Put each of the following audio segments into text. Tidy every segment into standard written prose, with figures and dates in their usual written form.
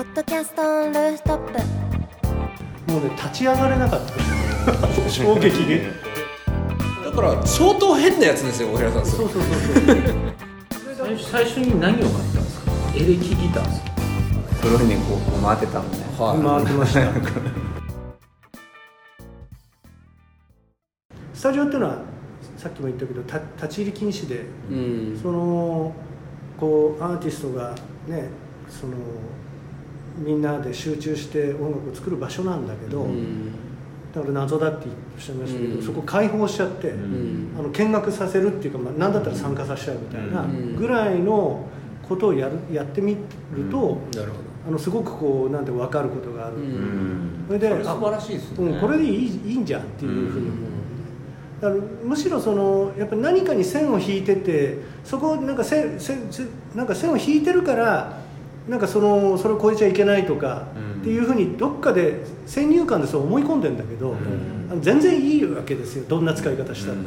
ドキャストオンルーフトップ。 もうね立ち上がれなかった衝撃でだから相当変なやつですよ、大平さん。 そう最初に何を買ったんですか？エレキギターですか？ それにこう回ってたのね。 回ってましたスタジオっていうのはさっきも言ったけど立ち入り禁止で、そのこうアーティストがねそのみんなで集中して音楽を作る場所なんだけど、だから謎だっておっしゃいましたけど、そこ開放しちゃって、見学させるっていうか、何だったら参加させちゃうみたいなぐらいのことをやってみると、すごくこうなんて分かることがある。それで素晴らしいですね。 これでいいんじゃんっていうふうに思う。だからむしろそのやっぱり何かに線を引いてて、そこをなんか線を引いてるからなんかそれを超えちゃいけないとかっていうふうにどっかで先入観でそう思い込んでるんだけど、全然いいわけですよ、どんな使い方したって。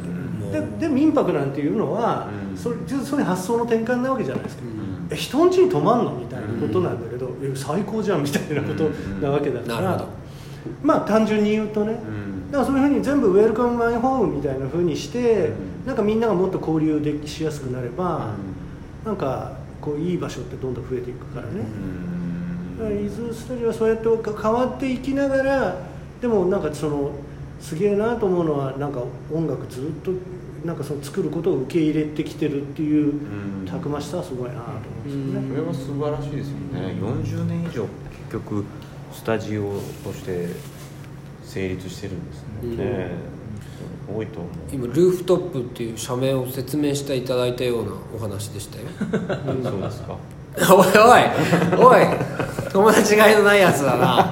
で民泊なんていうのはそういう発想の転換なわけじゃないですか。人ん家に泊まんのみたいなことなんだけど、最高じゃんみたいなことなわけだから、まあ単純に言うとね、だからそういうふうに全部ウェルカムマイホームみたいなふうにして、なんかみんながもっと交流しやすくなれば、なんかこういい場所ってどんどん増えていくからね。だから伊豆スタジオはそうやって変わっていきながら、でもなんかすげえなと思うのは、なんか音楽ずっとなんか作ることを受け入れてきてるっていうたくましさはすごいなと思うんですよね。 それは素晴らしいですよね。40年以上結局スタジオとして成立してるんですね。多いと思う。 今ルーフトップっていう社名を説明していただいたようなお話でしたよ。 そうですか。 おい友達がいのないやつだな。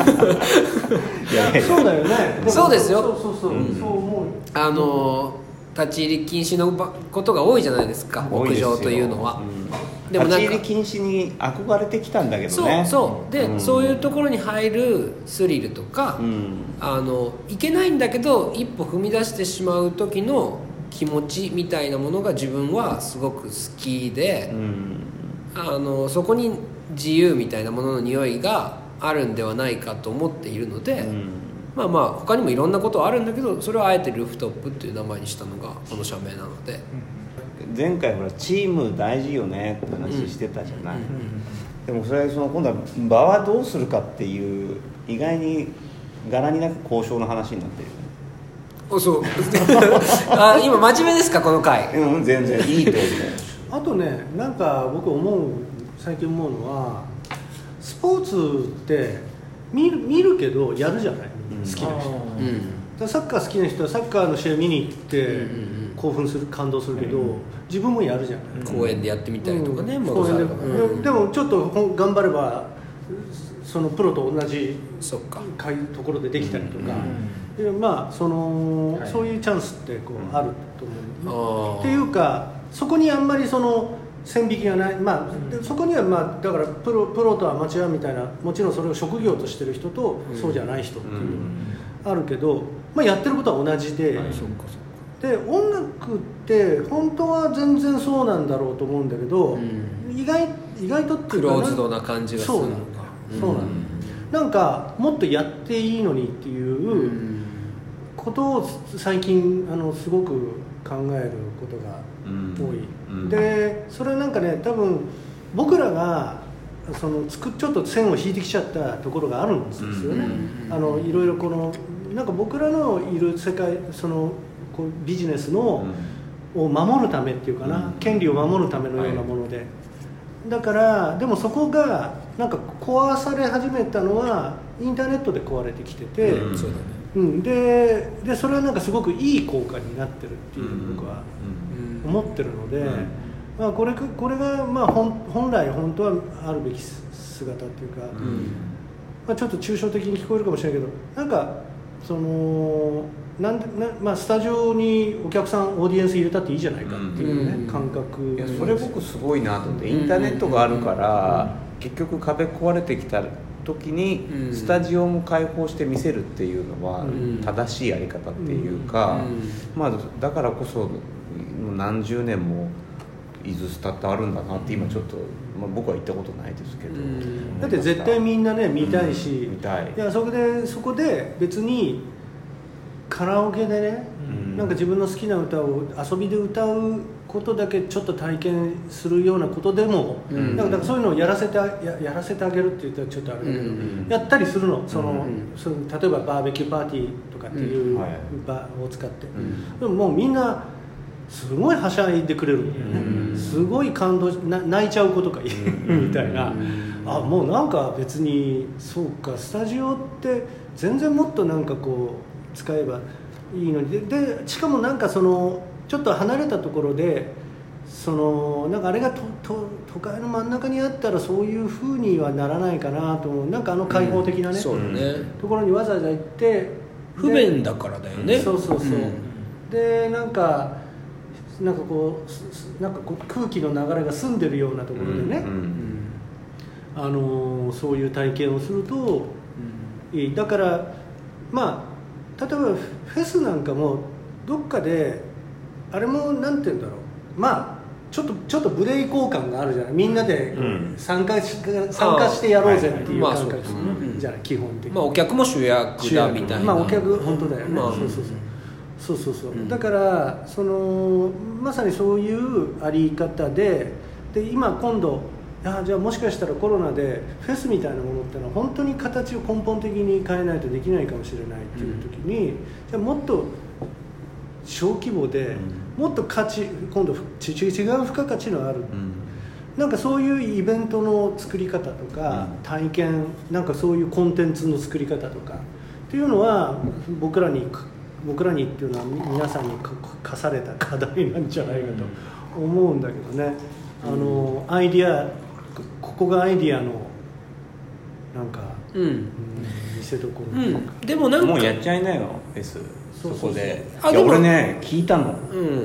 そうだよね。 そうですよ。 そう思う。 立ち入り禁止のことが多いじゃないですか、屋上というのは。 でも立ち入り禁止に憧れてきたんだけどね。 そうで、そういうところに入るスリルとか、いけないんだけど一歩踏み出してしまう時の気持ちみたいなものが自分はすごく好きで、そこに自由みたいなものの匂いがあるんではないかと思っているので、まあ他にもいろんなことはあるんだけど、それをあえてルーフトップっていう名前にしたのがこの社名なので。 前回ほらチーム大事よねって話してたじゃない。でもそれ今度は場はどうするかっていう意外に柄になく交渉の話になってるよね。 そう今真面目ですかこの回。 全然いいと思う。 あとね、なんか僕最近思うのは、スポーツって見るけどやるじゃない、好きな人。サッカー好きな人はサッカーの試合見に行って興奮する、感動するけど、自分もやるじゃない。 公園でやってみたりとかね、 公園で、でもちょっと頑張ればそのプロと同じところでできたりとか、まあそういうチャンスってあると思う。っていうか、そこにあんまり線引きがない、そこにはだからプロとアマチュアみたいな、もちろんそれを職業としてる人とそうじゃない人っていうのあるけど、やってることは同じで、で音楽って本当は全然そうなんだろうと思うんだけど、意外とっていうか、 クローズドな感じがするのか。 そうなんかもっとやっていいのにっていうことを最近すごく考えることが多い。でそれはなんかね、多分僕らがちょっと線を引いてきちゃったところがあるんですよね。いろいろなんか僕らのいる世界、ビジネスを守るためっていうかな、権利を守るためのようなもので、だからでもそこがなんか壊され始めたのはインターネットで壊れてきてて、でそれはなんかすごくいい効果になってるっていう僕は思ってるので、これが本来本当はあるべき姿っていうか、ちょっと抽象的に聞こえるかもしれないけど、なんかスタジオにお客さんオーディエンス入れたっていいじゃないかっていうね、感覚。 いやそれ僕すごいなと思って、インターネットがあるから、結局壁壊れてきた時にスタジオも開放して見せるっていうのは正しいやり方っていうか、だからこそ何十年も伊豆スタってあるんだなって今ちょっと、僕は行ったことないですけど、 だって絶対みんなね見たいし、 見たい。 いやそこで別にカラオケでね、なんか自分の好きな歌を遊びで歌うことだけちょっと体験するようなことでも、だからそういうのをやらせてあげるって言ったらちょっとあれだけど、やったりするの、その例えばバーベキューパーティーとかっていう場を使って、でももうみんなすごいはしゃいでくれるんだよね、すごい感動泣いちゃう子とかいるみたいな、あもうなんか別にそうかスタジオって全然もっとなんかこう使えばいいのに、でしかもなんかそのちょっと離れたところでなんかあれが都会の真ん中にあったらそういう風にはならないかなと思う、なんか開放的なね、ところにわざわざ行って不便だからだよね。 そう、でなんかこう空気の流れが澄んでるようなところでね、そういう体験をするといい。だからまあ例えばフェスなんかもどっかであれもなんて言うんだろう、まあちょっとブレイク感があるじゃない、みんなで参加してやろうぜっていう感覚じゃない、基本的に。 まあお客も主役だみたいな。 まあお客本当だよね。そう、だからまさにそういうあり方で今度じゃあもしかしたらコロナでフェスみたいなものってのは本当に形を根本的に変えないとできないかもしれないっていう時に、じゃあもっと小規模で、もっと今度違う付加価値のある、なんかそういうイベントの作り方とか、体験なんかそういうコンテンツの作り方とかっていうのは僕らにっていうのは皆さんに課された課題なんじゃないかと思うんだけどね、アイディアここがアイディアのなんか、見せどころというか、 でもなんかもうやっちゃいなよフェス、そこで。 いや俺ね聞いたの、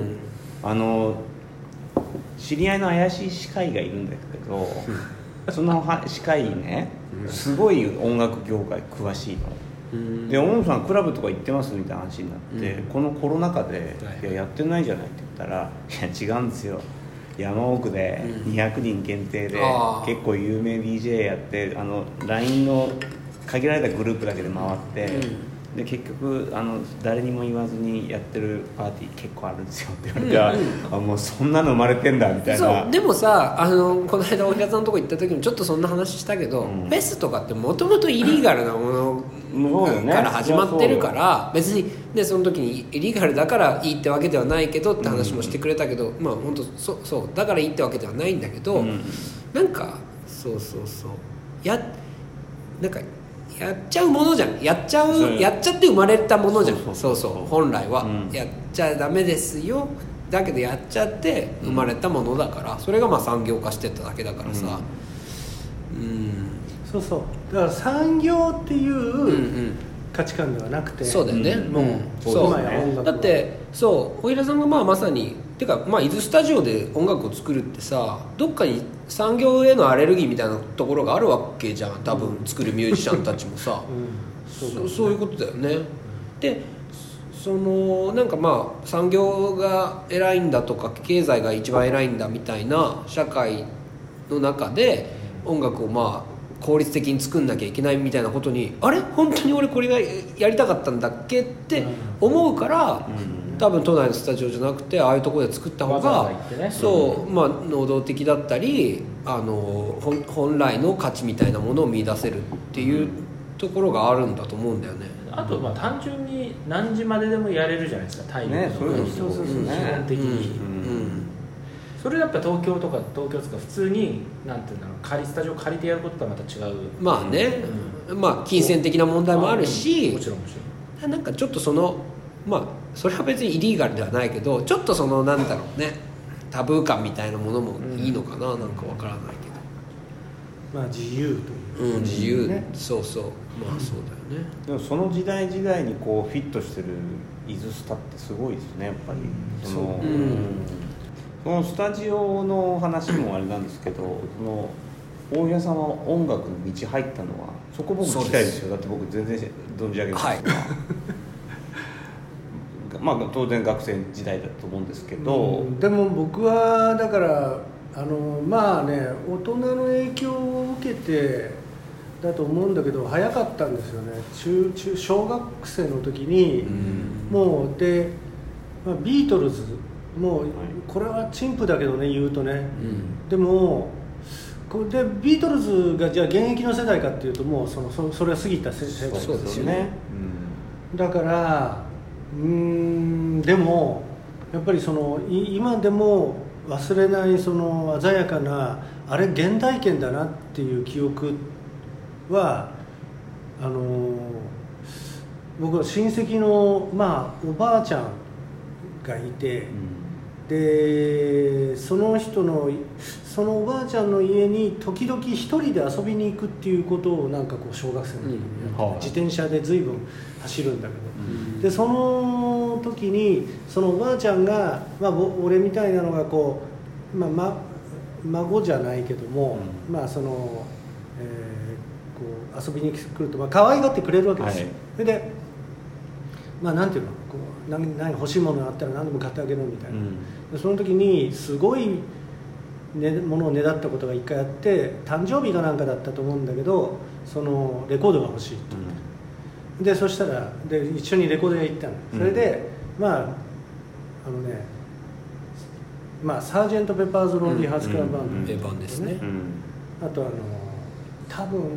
知り合いの怪しい歯科医がいるんだけどその歯科医ねすごい音楽業界詳しいので、大野さんクラブとか行ってますみたいな話になって、このコロナ禍でいややってないじゃないって言ったら、いや違うんですよ、山奥で200人限定で結構有名 DJ やって、LINE の限られたグループだけで回って、で結局誰にも言わずにやってるパーティー結構あるんですよって言われて、もうそんなの生まれてんだみたいな。 そうでもさこの間お客さんのとこ行った時もちょっとそんな話したけど、フェスとかってもともとイリーガルなものから始まってるから、別にねその時にイリーガルだからいいってわけではないけどって話もしてくれたけど、まあ本当そうだからいいってわけではないんだけど、なんかそうなんかやっちゃうものじゃん、やっちゃって生まれたものじゃん。そう本来は、やっちゃダメですよ、だけどやっちゃって生まれたものだから、それがまあ産業化してっただけだからさ、 そうだから産業っていう価値観ではなくて、 そうだよね、 もう今や音楽だってお平さんがまさにてか、伊豆スタジオで音楽を作るってさ、どっかに産業へのアレルギーみたいなところがあるわけじゃん、多分作るミュージシャンたちもさ、そういうことだよね。でなんかまあ産業が偉いんだとか経済が一番偉いんだみたいな社会の中で音楽をまあ効率的に作んなきゃいけないみたいなことに、あれ本当に俺これがやりたかったんだっけって思うから、多分都内のスタジオじゃなくてああいうところで作った方が、まあ能動的だったり本来の価値みたいなものを見出せるっていうところがあるんだと思うんだよね。 あとまあ単純に何時まででもやれるじゃないですか、タイムね、そういうの基本的に、それやっぱ東京とか普通になんていうんだろう、スタジオ借りてやることとはまた違う。まあね、 まあ金銭的な問題もあるし、 もちろんなんかちょっとまあそれは別にイリーガルではないけど、ちょっとなんだろうね、タブー感みたいなものもいいのかな、なんかわからないけど、まあ自由という、 自由、そうまあそうだよね。 でもその時代時代にこうフィットしてる伊豆スタってすごいですね、やっぱり。そのスタジオの話もあれなんですけど、大平さんは音楽の道入ったのは、そこ僕聞きたいですよ。だって僕全然存じ上げないですから、 まあ当然学生時代だと思うんですけど、 でも僕はだからまあね大人の影響を受けてだと思うんだけど早かったんですよね。小学生の時に、もうで、まあ、ビートルズもうこれは陳腐だけどね言うとね、でもでビートルズがじゃあ現役の世代かっていうともうそれは過ぎた世代ですよね。だからでもやっぱり今でも忘れないその鮮やかなあれ原体験だなっていう記憶は僕は親戚の、まあ、おばあちゃんがいて、でそのおばあちゃんの家に時々一人で遊びに行くっていうことをなんかこう小学生の時にやって、自転車で随分走るんだけど、でその時にそのおばあちゃんが、まあ、俺みたいなのがこう、孫じゃないけども、まあこう遊びに来ると、まあ、可愛がってくれるわけですよ、でまあなんていうのこう何欲しいものがあったら何でも買ってあげるみたいな、でその時にすごいものをねだったことが一回あって、誕生日かなんかだったと思うんだけどそのレコードが欲しいって言って、でそしたらで一緒にレコード屋行ったの。それで、まあまあサージェント・ペパーズ・ロンリー・ハーツ・クラブ・バンド、 定番ですね。 あと多分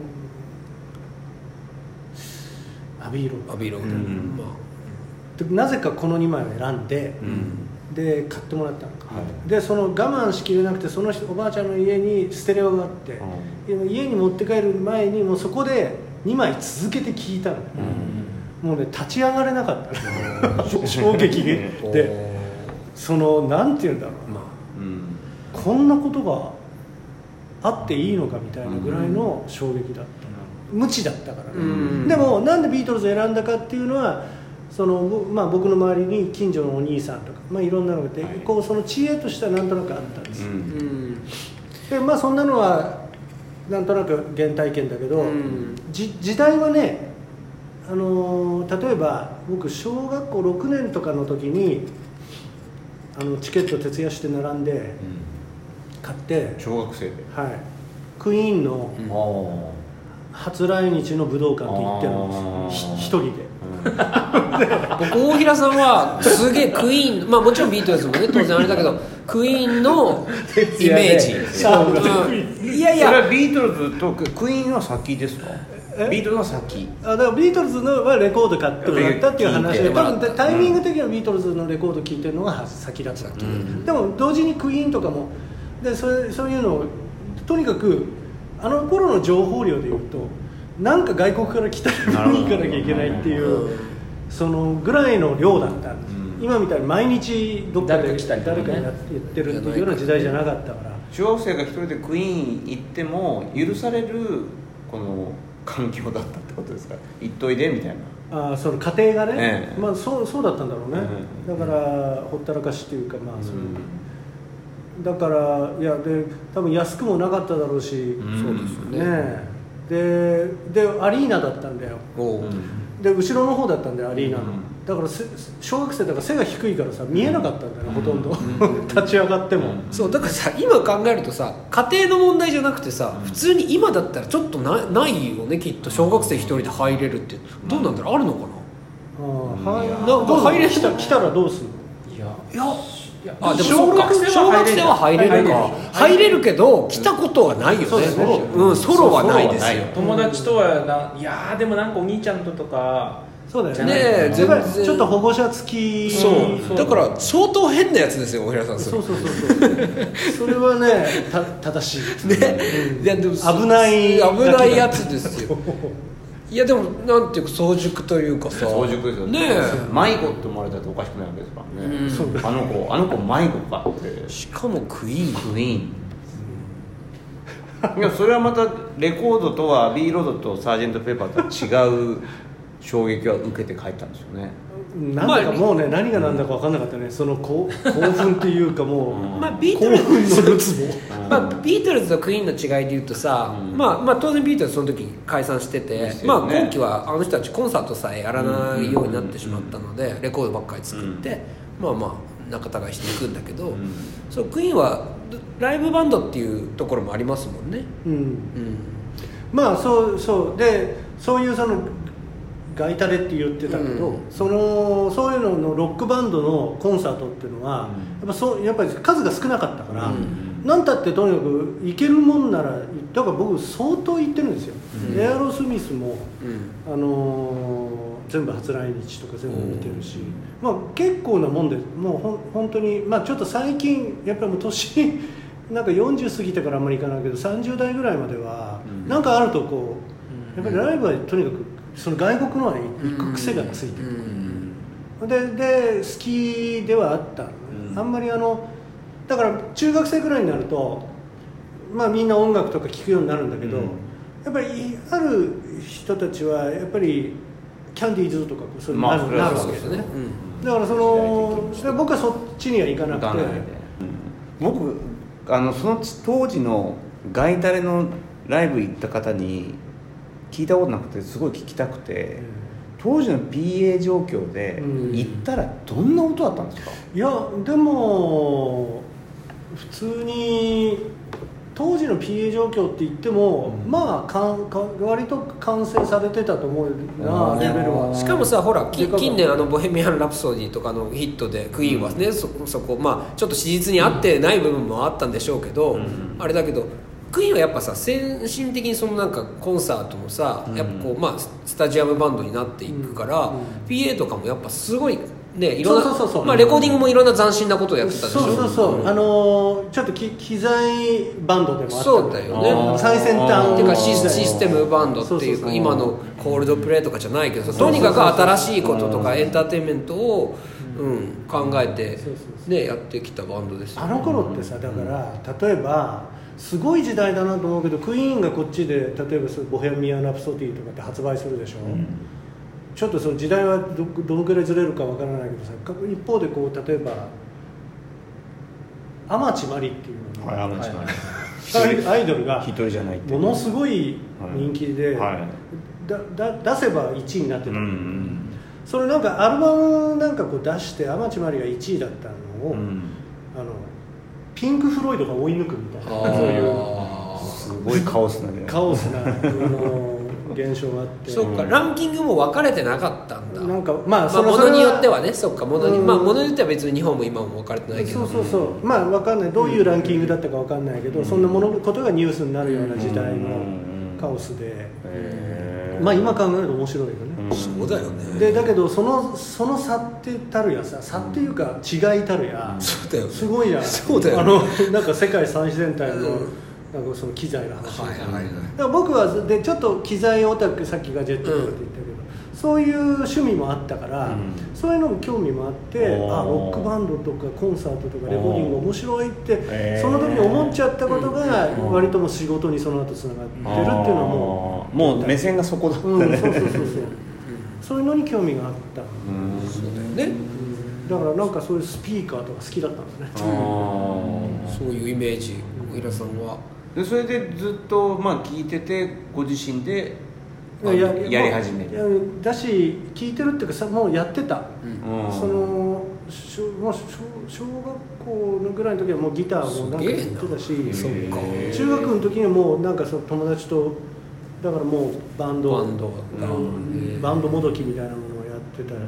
アビーロード、でなぜかこの2枚を選んで、で買ってもらったの、でその我慢しきれなくてそのおばあちゃんの家にステレオがあって、家に持って帰る前にもうそこで2枚続けて聴いたの、もうね立ち上がれなかった衝撃でなんていうんだろう、こんなことがあっていいのかみたいなぐらいの衝撃だった、無知だったからね、でもなんでビートルズを選んだかっていうのはまあ、僕の周りに近所のお兄さんとか、まあ、いろんなのがいて、こうその知恵としてはなんとなくあったんですよ、でまあそんなのはなんとなく原体験だけど、時代はね、例えば僕小学校6年とかの時にチケット徹夜して並んで買って、 小学生で、 クイーンの初来日の武道館って行ってるんです一人で。 僕大平さんはすげえクイーン、まあもちろんビートルズもね当然あれだけどクイーンのイメージ、 いやいやそれはビートルズとクイーンは先ですか？ビートルズは先。 だからビートルズのはレコード買ってもらったっていう話で、多分タイミング的にはビートルズのレコード聴いてるのが先だった、でも同時にクイーンとかもでそういうのをとにかくあの頃の情報量でいうとなんか外国から来たら見に行かなきゃいけないっていうそのぐらいの量だったんです、今みたいに毎日どっかで誰かにやってるっていうような時代じゃなかったから、 小学生が一人でクイーン行っても許されるこの環境だったってことですか？行っといでみたいな、 その家庭がね、まあそうだったんだろうね、だからほったらかしっていうか、まあだからいやで多分安くもなかっただろうし、 そうですよね。 でアリーナだったんだよ、で後ろの方だったんだよアリーナの、だから小学生だから背が低いからさ見えなかったんだよね、ほとんど立ち上がっても、 そうだからさ今考えるとさ家庭の問題じゃなくてさ、普通に今だったらちょっとないよねきっと、小学生一人で入れるってどうなんだろう、あるのかな、なんか入れ来たらどうするの？ いやでも小学生は入れるか、入れるけど来たことはないよね。ソロはないですよ。 友達とはいやでもなんかお兄ちゃんとかそうだよね、 全然ちょっと保護者付き、 そうだから相当変なやつですよ大平さん。 そうそれはね正しいね、でも危ないやつですよいやでもなんていうか早熟というかさ、 早熟ですよね。迷子って思われたっておかしくないわけですからね、あの子迷子かって、 しかもクイーンいやそれはまたレコードとはアビーロードとサージェント・ペーパーとは違う衝撃は受けて帰ったんですよね。 なんだかもうね、何が何だか分かんなかったね、その興奮っていうかもう、 ビートルズ興奮のるつぼビートルズとクイーンの違いで言うとさ、当然ビートルズその時解散してて、今期はあの人たちコンサートさえやらないようになってしまったので、レコードばっかり作って、仲違いしていくんだけど、そうクイーンはライブバンドっていうところもありますもんね。 そうで、そういうそのガイタレって言ってたけど、そういうののロックバンドのコンサートっていうのは、やっぱり数が少なかったから、なんたってとにかく行けるもんなら、だから僕相当行ってるんですよ。エアロスミスも、全部初来日とか全部見てるし、結構なもんで、もう本当にちょっと最近やっぱりもう年なんか40過ぎてからあんまり行かないけど、30代ぐらいまではなんかあるとこうやっぱりライブはとにかくその外国のは行く癖がついてる、で好きではあった、あんまりだから中学生ぐらいになるとみんな音楽とか聴くようになるんだけど、やっぱりある人たちはやっぱりキャンディーズとかそういうのになるわけですね。だから僕はそっちには行かなくて、 僕その当時のガイタレのライブ行った方に聞いたことなくてすごい聞きたくて、当時の PA 状況で行ったらどんな音だったんですか？ いやでも普通に当時の PA 状況って言っても、割と完成されてたと思うな、レベルは。 しかもさ、ほら近年ボヘミアン・ラプソディとかのヒットでクイーンはね、そこちょっと史実に合ってない部分もあったんでしょうけど、あれだけどクイーンはやっぱさ、先進的にそのなんかコンサートもさ、やっぱこうスタジアムバンドになっていくから、PA とかもやっぱすごいね、いろんなレコーディングもいろんな斬新なことをやってたでしょ。 ちょっと機材バンドでもあった。 そうだよね、 最先端っていうかシステムバンドっていうか、今のコールドプレイとかじゃないけど、とにかく新しいこととかエンターテインメントを考えてねやってきたバンドですよ。 あの頃ってさ、だから例えばすごい時代だなと思うけど、クイーンがこっちで例えばボヘミアン・ラプソディとかって発売するでしょ。ちょっとその時代はどのくらいずれるかわからないけどさ、一方でこう例えば天地真理っていうのが、アイドルがものすごい人気で、出せば1位になってた、それなんかアルバムなんかこう出して天地真理が1位だったのを、ピンク・フロイドが追い抜くみたいな、そういうすごいカオスな現象があって、 そっか、ランキングも分かれてなかったんだ。 なんかものによってはね、そっか、ものによっては別に日本も今も分かれてないけど、 そう分かんない、どういうランキングだったか分かんないけど、そんなことがニュースになるような時代のカオスで、今考えると面白いよね。 そうだよね。 でだけどその差ってたるやさ、差っていうか違いたるや、 そうだよね、 すごいやん。 そうだよね、 なんか世界最先端のなんかその機材の話、だから僕はでちょっと機材オタク、さっきガジェットとかって言ったけど、そういう趣味もあったから、そういうのも興味もあって、ロックバンドとかコンサートとかレコーディング面白いって、その時に思っちゃったことが割とも仕事にその後つながってるっていうのはもう目線がそこだったね。 そういうのに興味があった。 そうだよね。 だからなんかそういうスピーカーとか好きだったんですね。 そういうイメージ、小平さんは。 でそれでずっと聞いてて、ご自身でやり始めて、 だし聞いてるっていうかもうやってた、その小学校のぐらいの時はもうギターもなんかやってたし、中学の時にはもうなんかその友達とだからもうバンドもどきみたいなものをやってたから、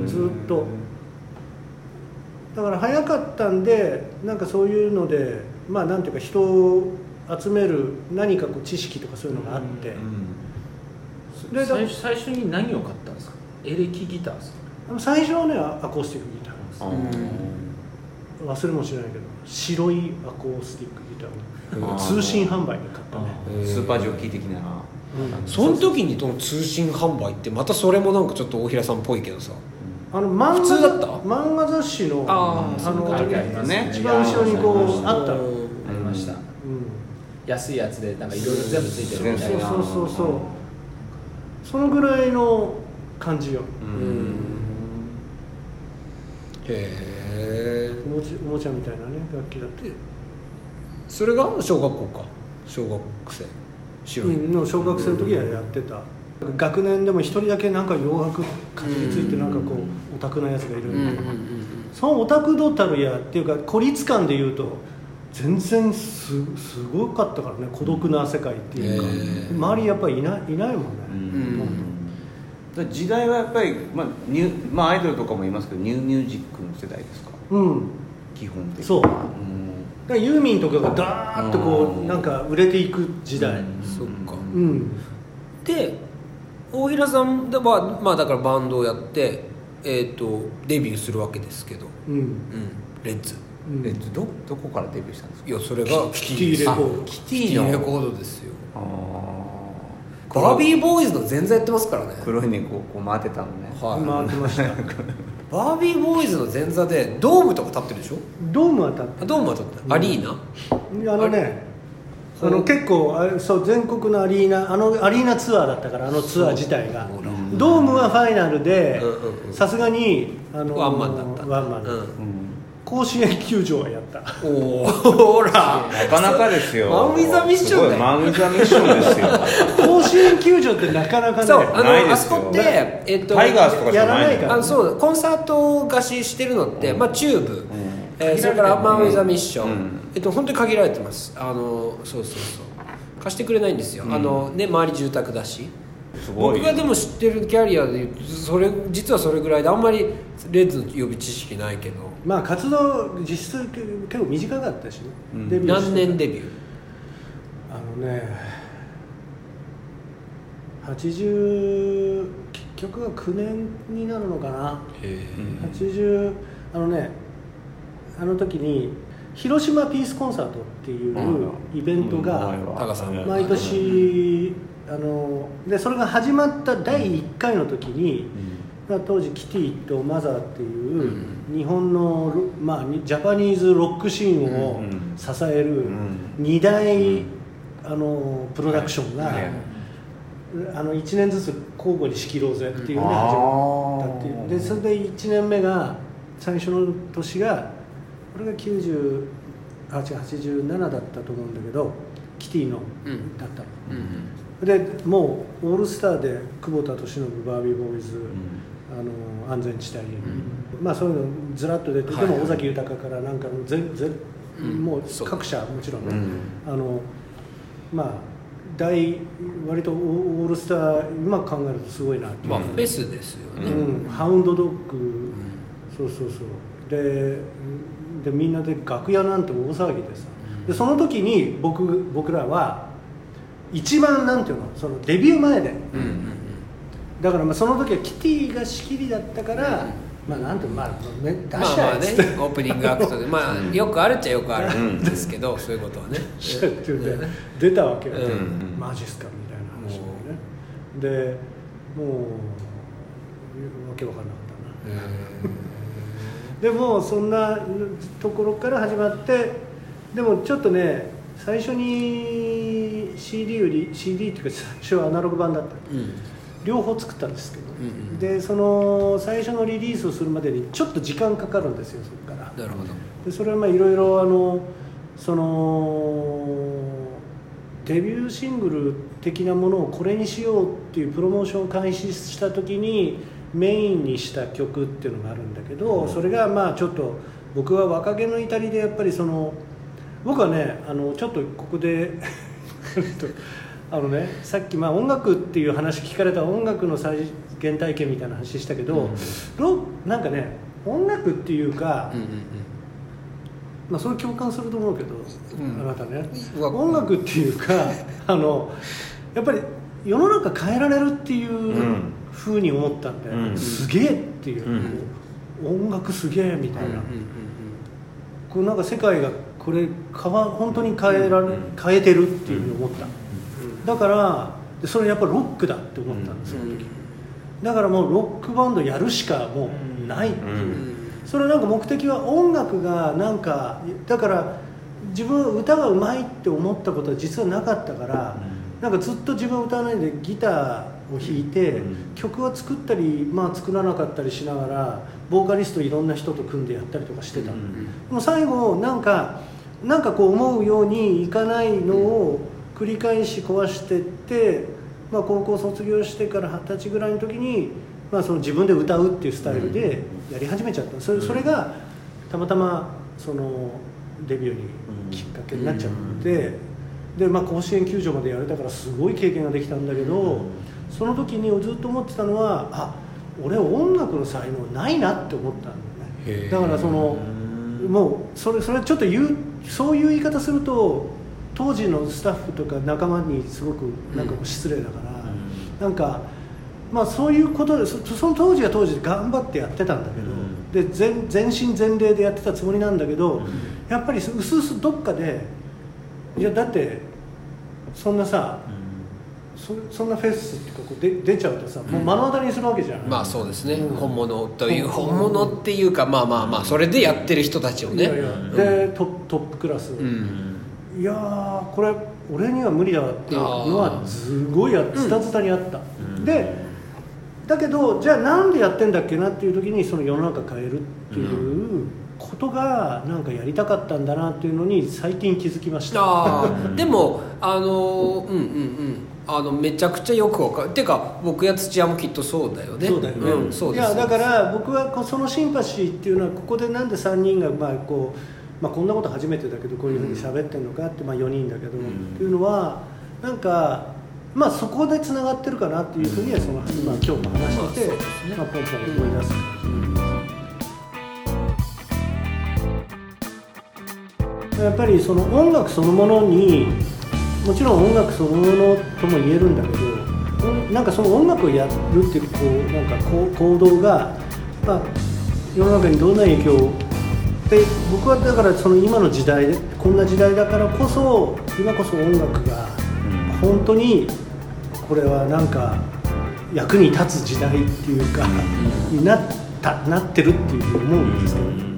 ずっとだから早かったんで、なんかそういうのでなんていうか人を集める何かこう知識とかそういうのがあって、 で最初に何を買ったんですか？エレキギターですか？ 最初はねアコースティックギター忘れもしないけど、白いアコースティックギターを通信販売で買ったね。 スーパージョッキー的な。 その時に通信販売ってまたそれもなんかちょっと大平さんっぽいけどさ、 普通だった？ 漫画雑誌の一番後ろにこうあったありました。安いやつでなんかいろいろ全部ついてるみたいな。 そうそのぐらいの感じよ。 へえ。 おもちゃみたいなね楽器だって。 それが小学校か、小学生白いの小学生の時はやってた。学年でも一人だけなんか洋楽かじりついてなんかこうオタクなやつがいるんだけど、そのオタク度たるやっていうか孤立感でいうと全然すごかったからね。孤独な世界っていうか、周りやっぱりいないもんね。 時代はやっぱり、アイドルとかも言いますけどニューミュージックの世代ですか。基本的にそう、だからユーミンとかがダーッとこうなんか売れていく時代。 そっか。で大平さんは、だからバンドをやって、デビューするわけですけど、レッズ、 レッズどこからデビューしたんですか。 いやそれがキティレコード。 キティレコードですよ。バービーボーイズの前座やってますからね。 黒い猫をこう回ってたのね。 回ってました。 バービーボーイズの前座でドームとか立ってるでしょ。 ドームは立ってる。 ドームは立ってる。アリーナ。 結構そう全国のアリーナツアーだったから、ツアー自体が。ドームはファイナルでさすがにワンマンだった。 ワンマン。甲子園球場はやった。 ほらなかなかですよ。 マン・ウィザ・ミッションだよ。 マン・ウィザ・ミッションですよ。 甲子園球場ってなかなかね。 そうあそこってタイガースとかじゃないから。 そうコンサート貸ししてるのってチューブ、それからマン・ウィザ・ミッション、本当に限られてます。そう貸してくれないんですよ。周り住宅だし。僕がでも知ってるキャリアで言うと実はそれぐらいで、あんまりレッズの予備知識ないけど、 活動実質結構短かったしね。 何年デビュー ？80結局は9年になるのかな。80あの時に広島ピースコンサートっていうイベントが毎年でそれが始まった第1回の時に、当時キティとマザーっていう日本の、ジャパニーズロックシーンを支える2大プロダクションが1年ずつ交互に仕切ろうぜっていうので始まったっていう。でそれで1年目が最初の年がこれが87だったと思うんだけど、キティのだったの。でもうオールスターで久保田利伸、バービーボーイズ、安全地帯、そういうのずらっと出て、でも尾崎豊からなんかもう各社もちろんね、割とオールスター今考えるとすごいなって。 フェスですよね。 ハウンドドッグ、そうでみんなで楽屋なんて大騒ぎでさ、でその時に僕らは一番なんていうの、そのデビュー前で、だからその時はキティが仕切りだったから、なんていうの、出しちゃえっつって、 オープニングアクトでよくあるっちゃよくあるんですけど、そういうことはね出たわけよ。マジっすかみたいな話でね。でもうわけわかんなかったな。でもそんなところから始まって、でもちょっとね、最初に CD っていうか最初はアナログ版だった、両方作ったんですけど、でその最初のリリースをするまでにちょっと時間かかるんですよ、そこから。 なるほど。 でそれはいろいろそのデビューシングル的なものをこれにしようっていうプロモーションを開始した時にメインにした曲っていうのがあるんだけど、それがちょっと僕は若気の至りでやっぱり僕はねちょっとここでさっき音楽っていう話聞かれた、音楽の再現体験みたいな話したけど、なんかね音楽っていうか、それ共感すると思うけど、あなたね、音楽っていうかやっぱり世の中変えられるっていうふうに思ったんで、すげえっていう、音楽すげえみたいな、こうなんか世界がこれ本当に変えてるっていうふうに思った。だからそれやっぱロックだって思ったんです、その時。だからもうロックバンドやるしかもうないっていう、それなんか目的は音楽がなんか、だから自分歌がうまいって思ったことは実はなかったから、なんかずっと自分は歌わないでギター弾いて、曲を作ったり、作らなかったりしながらボーカリストいろんな人と組んでやったりとかしてたの、でも最後なんかこう思うようにいかないのを繰り返し壊してって、高校卒業してから20歳ぐらいの時に、その自分で歌うっていうスタイルでやり始めちゃった。それがたまたまそのデビューにきっかけになっちゃって、で、甲子園球場までやれたからすごい経験ができたんだけど、その時にずっと思ってたのは、俺音楽の才能ないなって思ったんだよね。だからもうそれちょっとそういう言い方すると当時のスタッフとか仲間にすごくなんかこう失礼だから、なんかそういうことでその当時は当時で頑張ってやってたんだけど、で全身全霊でやってたつもりなんだけど、やっぱりうすうすどっかで、いやだってそんなさ、そんなフェスっていうかこう出ちゃうとさ、もう目の当たりにするわけじゃん。そうですね、 本物という本物っていうか、それでやってる人たちをね、 でトップクラス、いやこれ俺には無理だわっていうのはすごいズタズタにあった、でだけどじゃあなんでやってんだっけなっていう時に、その世の中変えるっていうことがなんかやりたかったんだなっていうのに最近気づきました。 でもめちゃくちゃよく分かるっていうか、僕や土屋もきっとそうだよね。 そうだよね、いやだから僕はそのシンパシーっていうのは、ここでなんで3人がこんなこと初めてだけどこういうふうに喋ってるのかって、4人だけど、っていうのはなんかそこでつながってるかなっていうふうには今日も話してて、ポンポン思い出す。やっぱりその音楽そのものに、もちろん音楽そのものとも言えるんだけど、なんかその音楽をやるっていうなんか行動が、世の中にどんな影響で、僕はだからその今の時代でこんな時代だからこそ、今こそ音楽が本当にこれはなんか役に立つ時代っていうか、になってるっていうふうに思うんですけど。